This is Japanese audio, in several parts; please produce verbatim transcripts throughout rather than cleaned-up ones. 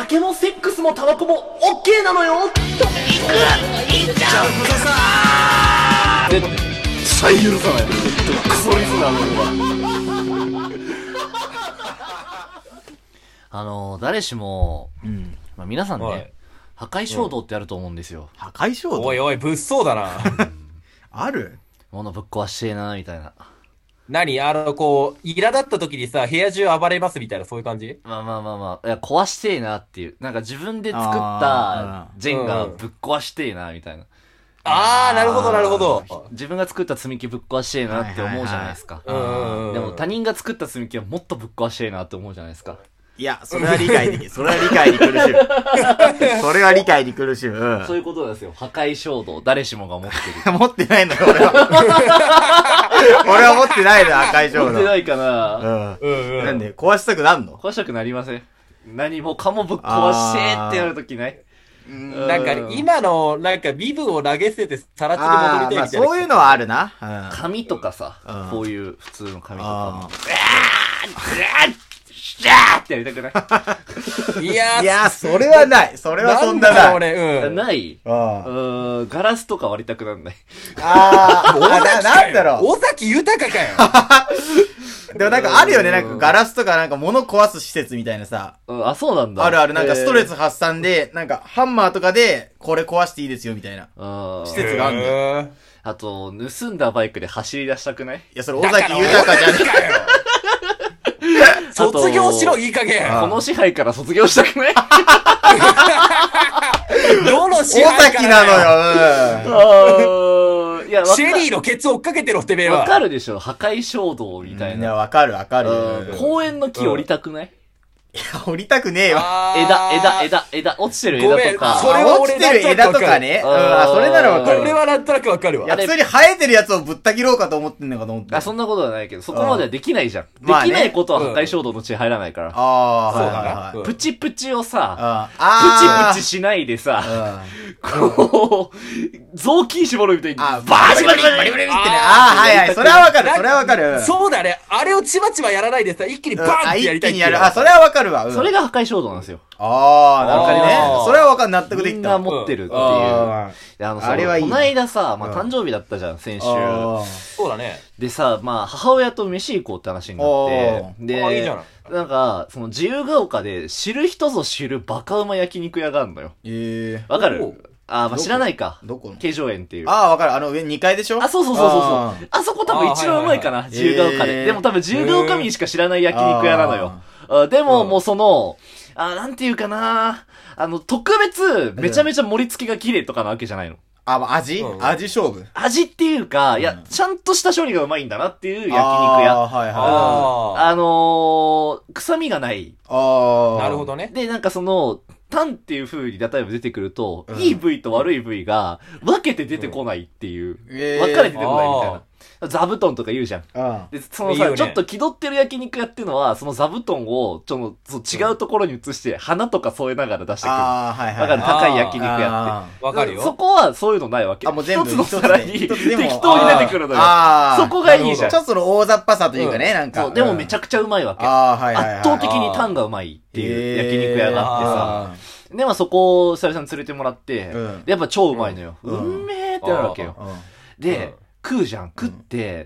酒もセックスもタバコもオッケーなのよといくいっちゃうことさー絶対許さないクソリスナーの俺はあの誰しも、うんまあ、皆さんね破壊衝動ってあると思うんですよ、 うん、破壊衝動おいおい物騒だなある物ぶっ壊してえなみたいな。 何あの、こう、苛立った時にさ、部屋中暴れますみたいな、そういう感じ？ まあまあまあまあ、いや、壊してえなっていう。なんか自分で作ったジェンガぶっ壊してえな、みたいな。 あー、なるほどなるほど。 自分が作った積み木ぶっ壊してえなって思うじゃないですか。でも他人が作った積み木はもっとぶっ壊してえなって思うじゃないですか。 いや、それは理解できる。それは理解に苦しむ。それは理解に苦しむ。うん、 そういうことですよ。破壊衝動、誰しもが持ってる。 持ってないのよ、俺は。俺は持ってないの、破壊衝動。 持ってないかな。 うん。うんうん、なんで、壊したくなんの？ 壊したくなりません。何もかもぶっ壊してってやるときない？ なんか、今の、なんか、身分を投げ捨てて、さら地に戻りたいみたいな。まあ、 そういうのはあるな。 うん、紙とかさ、こういう普通の紙とか。シャーってやりたくないいやー。 いやー、それはない。それはそんなない。 俺、うん。 ないうん。ガラスとか割りたくなんない。 あー、あ、な、なんだろう。 尾崎豊かかよ。 でもなんかあるよね、なんかガラスとかなんか物壊す施設みたいなさ。 うん、あ、そうなんだ。 あるある、なんかストレス発散で、なんかハンマーとかで、これ壊していいですよみたいな。施設があるんだよ。 あと、盗んだバイクで走り出したくない？ いや、それ尾崎豊かじゃねえかよ。 卒業しろ、いい加減。 この支配から卒業したくない？ どの支配からなのよ。いや、 シェリーのケツ追っかけてろ、てめえは。 わかるでしょ？破壊衝動みたいな。 いや、わかるわかる。 公園の木折りたくない？ いや、降りたくねえよ。 枝、枝、枝、枝、落ちてる枝とか。 それは落ちてる枝とかね。うん、それならわかる。 それはなんとなくわかるわ。 いや、普通に生えてるやつをぶった切ろうかと思ってんのかと思って。 あ、そんなことはないけど、そこまではできないじゃん。できないことは破壊衝動のうちに入らないから。 ああ、 そうだな。 プチプチをさ、 プチプチしないでさ、こう、雑巾絞るみたいに、バーシバリバリバリってね。ああ、はいはい。それはわかる。それはわかる。 そうだね。あれをちまちまやらないでさ、一気にバーンってやりたい。 一気にやる。あ、それはわかるわ。 それが破壊衝動なんですよ。 ああ、なるほどね。それはわかる。納得できた。 みんな持ってるっていう。あのさ、あれはいい。この間さ、まあ誕生日だったじゃん、先週。 そうだね。 でさ、まあ母親と飯行こうって話になって。 で、いいじゃん。 なんか、その自由が丘で知る人ぞ知るバカうま焼肉屋があるのよ。 ええ。 わかる？あ、まあ、知らないか。 どこの？ 慶城園っていう。 ああ、わかる。あの上にかいでしょ？ あ、そうそうそうそう。あ, あそこ多分一番うまいかな、自由が丘で。でも多分自由が丘民しか知らない焼肉屋なのよ。あでも、もうその、あ、なんていうかな、あの、特別、めちゃめちゃ盛り付けが綺麗とかなわけじゃないの。 あ、まあ、味、うん、味勝負味っていうか、いや、ちゃんとした処理がうまいんだなっていう焼肉屋。 あはいはい。 あ, あのー、臭みがない。 ああ。なるほどね。 で、なんかその、タンっていう風に例えば出てくると、うん、いい部位と悪い部位が分けて出てこないっていう。うんえー、分かれて出てこないみたいな。座布団とか言うじゃん。で、そのさ、いいね、ちょっと気取ってる焼肉屋っていうのは、その座布団を、ちょっと、違うところに移して、花とか添えながら出してくる。ああ、はいはい。わかる高い焼肉屋って。 わかるよ。 そこはそういうのないわけ。 あ、もう全部一つの皿に適当に出てくるのよ。そこがいいじゃん。 ちょっとその大雑把さというかね、なんか。 そう、でもめちゃくちゃうまいわけ。ああ、はいはい。圧倒的にタンがうまいっていう焼肉屋があってさ。で、まあそこを久々に連れてもらって、やっぱ超うまいのよ。うんめーってなるわけよ。で、食うじゃん。食って、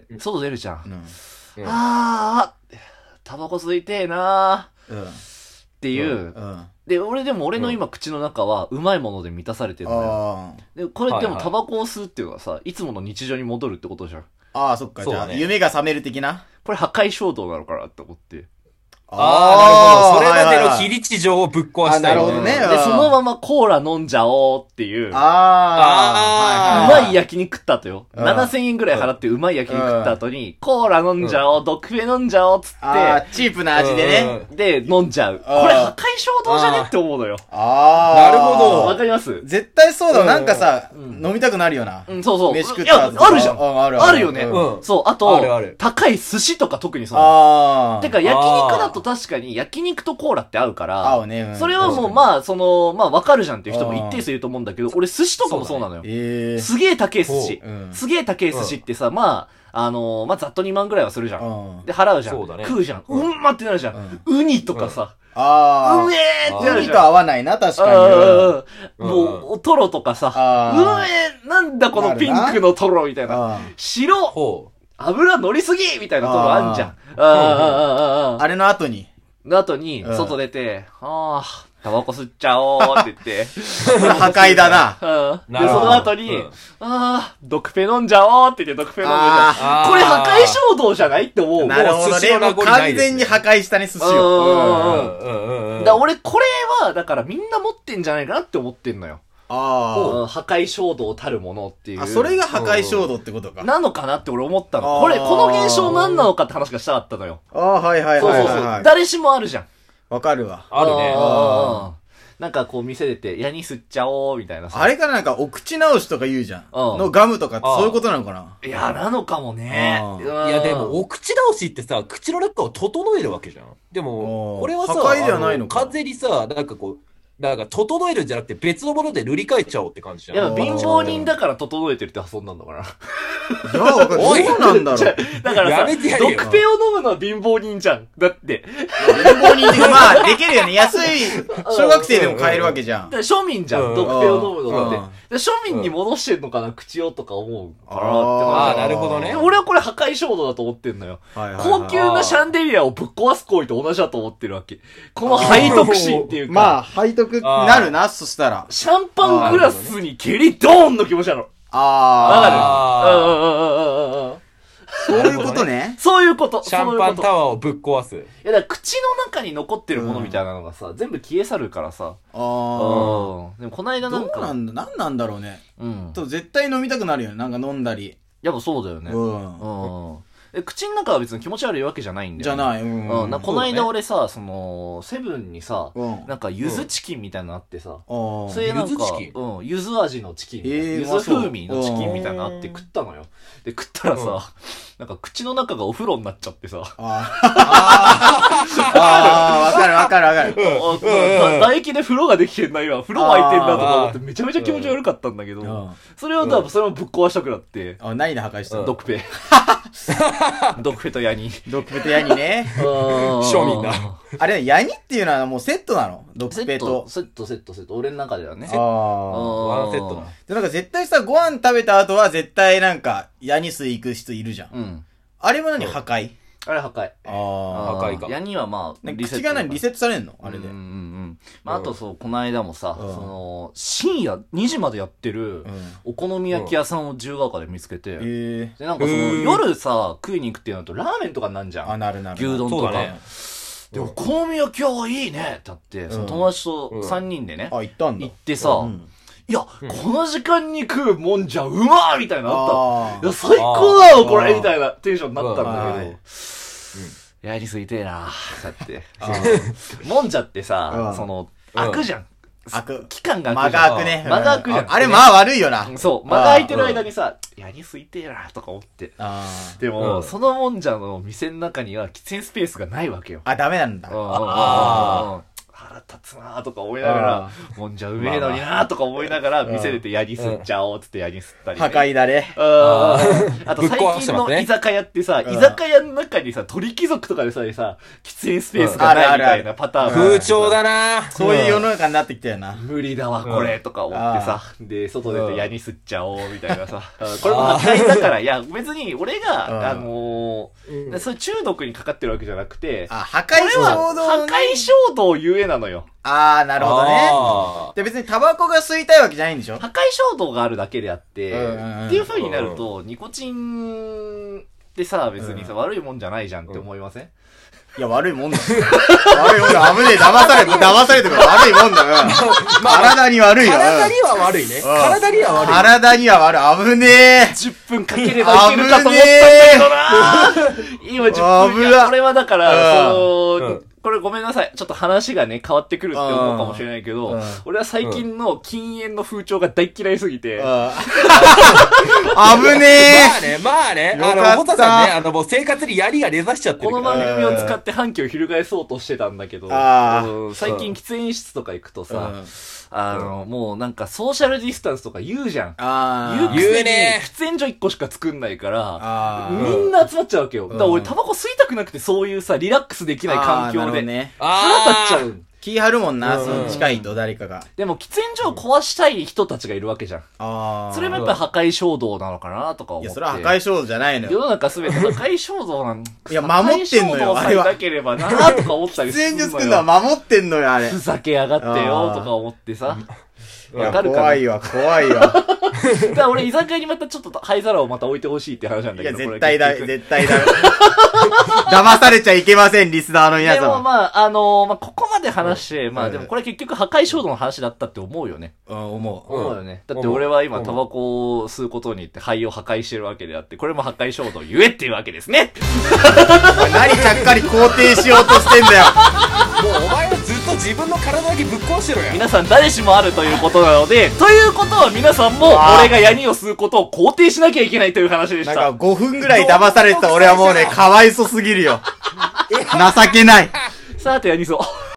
外出るじゃん。うん、あー、タバコ吸いてーなー、うん、っていう、うんうん。で、俺でも俺の今口の中はうまいもので満たされてるのよ。で、これでもタバコを吸うっていうのはさ、いつもの日常に戻るってことじゃん。 ああ、そっか。じゃあ、夢が覚める的なこれ破壊衝動なのかなって思って。 ああ、なるほど。それまでの非日常をぶっ壊したい。 なるほどね。 で、そのままコーラ飲んじゃおうっていう。 ああ、うまい焼肉食った後よ。ななせんえんぐらい払ってうまい焼肉食った後に、コーラ飲んじゃおう、ドクフェ飲んじゃおうっつって。 あチープな味でね。 で、飲んじゃう。これ破壊衝動じゃねって思うのよ。 ああ。なるほど。 わかります？ 絶対そうだ。なんかさ、飲みたくなるよな。 うん、そうそう。 飯食った後。あるじゃん。あるあるよね。そう。あと、高い寿司とか特にそう。ああ。てか、焼肉だと確かに焼肉とコーラって合うから、 合うね。 それはもうまあ、その、まあわかるじゃんっていう人も一定数いると思うんだけど、俺寿司とかもそうなのよ。すげえ高い寿司。すげえ高い寿司ってさ、まあ、 あのー、まあ、ざっとにまんぐらいはするじゃん。で、払うじゃん。ね、食うじゃん。うんまってなるじゃん。ウニとかさ。 ああ。 うめーってなるじゃん。 ウニと合わないな、確かに。もう、トロとかさ。うめーなんだこのピンクのトロみたいな。白油乗りすぎみたいなトロあんじゃん。 あれの後に。 の後に、外出て、ああ、タバコ吸っちゃおうって言って。 破壊だな。 うん。で、その後に、うん、ああ、毒ペ飲んじゃおうって言って毒ペ飲んじゃう。これ破壊衝動じゃないって思う。 なるほどね。もう完全に破壊したね、寿司を。 うんうん。だから俺これは、だからみんな持ってんじゃないかなって思ってんのよ。ああ。破壊衝動たるものっていう。 あ、それが破壊衝動ってことか。 なのかなって俺思ったの。これ、この現象何なのかって話がしたかったのよ。 ああ、はいはいはい。そうそうそう。 誰しもあるじゃん。 わかるわ。 あるね。 なんかこう店出て、矢に吸っちゃおうみたいなさ。 あれかななんかお口直しとか言うじゃん。のガムとかってそういうことなのかな。 いや、なのかもね。 いやでも、お口直しってさ、口の中を整えるわけじゃん。でも、これはさ、 破壊ではないのか。 完全にさ、なんかこう、だから、整えるんじゃなくて別のもので塗り替えちゃおうって感じじゃん。 いや、貧乏人だから整えてるって発想なんだから。 いや、わかる。そうなんだろう。 だからさ、毒ペを飲むのは貧乏人じゃん。だって。 貧乏人ってまあ、できるよね。安い、小学生でも買えるわけじゃん。 庶民じゃん。毒ペを飲むのだって。庶民に戻してんのかな、口をとか思うからって。 ああ、なるほどね。 俺はこれ破壊衝動だと思ってんのよ。高級なシャンデリアをぶっ壊す行為と同じだと思ってるわけ。この背徳心っていうか。 まあ、背徳なるな、そしたら。 シャンパングラスに蹴りドーンの気持ちなの。ああ。わかる。うんうんうんうんうん。 そういうことね。 そういうこと。 シャンパンタワーをぶっ壊す。いや、だから口の中に残ってるものみたいなのがさ、全部消え去るからさ。ああ。でもこの間なんか。 どうなんだ、なんなんだろうね。うん。と絶対飲みたくなるよね。なんか飲んだり。 やっぱそうだよね。うん。うん。え、口の中は別に気持ち悪いわけじゃないんだよ、ね。 じゃない。うん。 うん、なこの間俺さ、その、セブンにさ、うん、なんか、ゆずチキンみたいなのあってさ、うん、それなんか、うん、ゆず味のチキン、ゆず風味のチキンみたいなのあって食ったのよ。で、食ったらさ、うん、なんか口の中がお風呂になっちゃってさ。ああ、わかるわかるわかる。 唾液で風呂ができてんな、今。風呂沸いてんなとか思ってめちゃめちゃ気持ち悪かったんだけど、それを多分それもぶっ壊したくなって。 あ、何で破壊したの？ ドクペ。ドクペとヤニ。 ドクペとヤニね。 庶民だ。 あれ、ヤニっていうのはもうセットなの？ドクペと。 セット、セット、セット。俺の中ではね。 ああ。ワンセットな。で、なんか絶対さ、ご飯食べた後は絶対なんか、ヤニ水行く人いるじゃん。うん。あれも何？破壊？ あれ破壊。ああ。破壊か。 ヤニはまあ、 リセット。口が何？リセットされんの？あれで。 うんうんうん。まあ、あとそう、この間もさ、その、深夜にじまでやってる、お好み焼き屋さんを自由が丘で見つけて、で、なんかその、夜さ、食いに行くっていうのと、ラーメンとかになんじゃん。 あ、なるなる。 牛丼とか。で、お好み焼き屋はいいねってなって、その友達とさんにんでね、 あ、行ったんだ。 行ってさ、いや、この時間に食うもんじゃうまーみたいなのあった。いや、最高だよ、これみたいなテンションになったんだけど、やりすぎてえなー、だって。もんじゃってさ、その、開くじゃん。 開く。 期間が開くじゃん。間が開くね。 間が開くじゃん。 あれ間悪いよな。 そう。間が開いてる間にさ、やりすぎてえなとか思って。でも、そのもんじゃの店の中には喫煙スペースがないわけよ。 あ、ダメなんだ。 腹立つなーとか思いながら、もんじゃうめえのになーとか思いながら、店出てヤニ吸っちゃおうっつってヤニ吸ったり。 破壊だね。 あと最近の居酒屋ってさ、居酒屋の中にさ、鳥貴族とかでさえさ、喫煙スペースがないみたいなパターン。 風潮だなそういう世の中になってきたよな。 無理だわ、これとか思ってさ。で、外出てヤニ吸っちゃおうみたいなさ。これも破壊だから、いや、別に俺が、あの、そういう中毒にかかってるわけじゃなくて、 あ、破壊衝動。 破壊衝動ゆえなのよ。 あー、なるほどね。で、別にタバコが吸いたいわけじゃないんでしょ？ 破壊衝動があるだけであって、っていう風になると、ニコチンってさ、別にさ、悪いもんじゃないじゃんって思いません？ いや、悪いもんだよ。悪いもんだ。危ねえ。騙されて、騙されてくる。悪いもんだよ。体に悪いよ。 体には悪いね。体には悪い。 体には悪い。危ねえ。 じゅっぷんかければいけるかと思ったんだけどな今じゅっぷん。いや、これはだから、その、これごめんなさい。ちょっと話がね、変わってくるって思うかもしれないけど、俺は最近の禁煙の風潮が大嫌いすぎて。危ねえ。 まあね、まあね。あの、ホタさんね、あの、もう生活に槍が根ざしちゃってるから。 この番組を使って反旗を翻そうとしてたんだけど、最近喫煙室とか行くとさ、 あの、うん、もうなんかソーシャルディスタンスとか言うじゃん。 ああ。言うくせに喫煙所いっこしか作んないから、みんな集まっちゃうわけよ。だから俺タバコ吸いたくなくてそういうさ、リラックスできない環境で、ね、腹立っちゃう。 気張るもんな、うん、その近いと誰かが。 でも喫煙所を壊したい人たちがいるわけじゃん。ああ。それもやっぱり破壊衝動なのかなとか思って。いや、 それは破壊衝動じゃないのよ。 世の中すべて破壊衝動なんいや、守ってんのよ、あれは。 なければなとか思ったりするのよ。 喫煙所作るのは守ってんのよ、あれ。 ふざけやがってよとか思ってさ。 わかるかな。怖いわ、怖いわ。だから俺居酒屋にまたちょっと灰皿をまた置いてほしいって話なんだけど。 いや、絶対だ、絶対だ。騙されちゃいけません、リスナーの皆さん。 でもまあ、あのー、まあ、ここまで話して、まあでもこれ結局破壊衝動の話だったって思うよね。 うん、思う。 思うよね。だって俺は今タバコを吸うことによって肺を破壊してるわけであって、これも破壊衝動ゆえっていうわけですね。 何ちゃっかり肯定しようとしてんだよ。 もうお前はずっと自分の体だけぶっ壊してろや。 皆さん誰しもあるということなので、ということは皆さんも俺がヤニを吸うことを肯定しなきゃいけないという話でした。 なんかごふんぐらい騙されてた俺はもうね、かわいそすぎるよ。情けない。 さてヤニそう。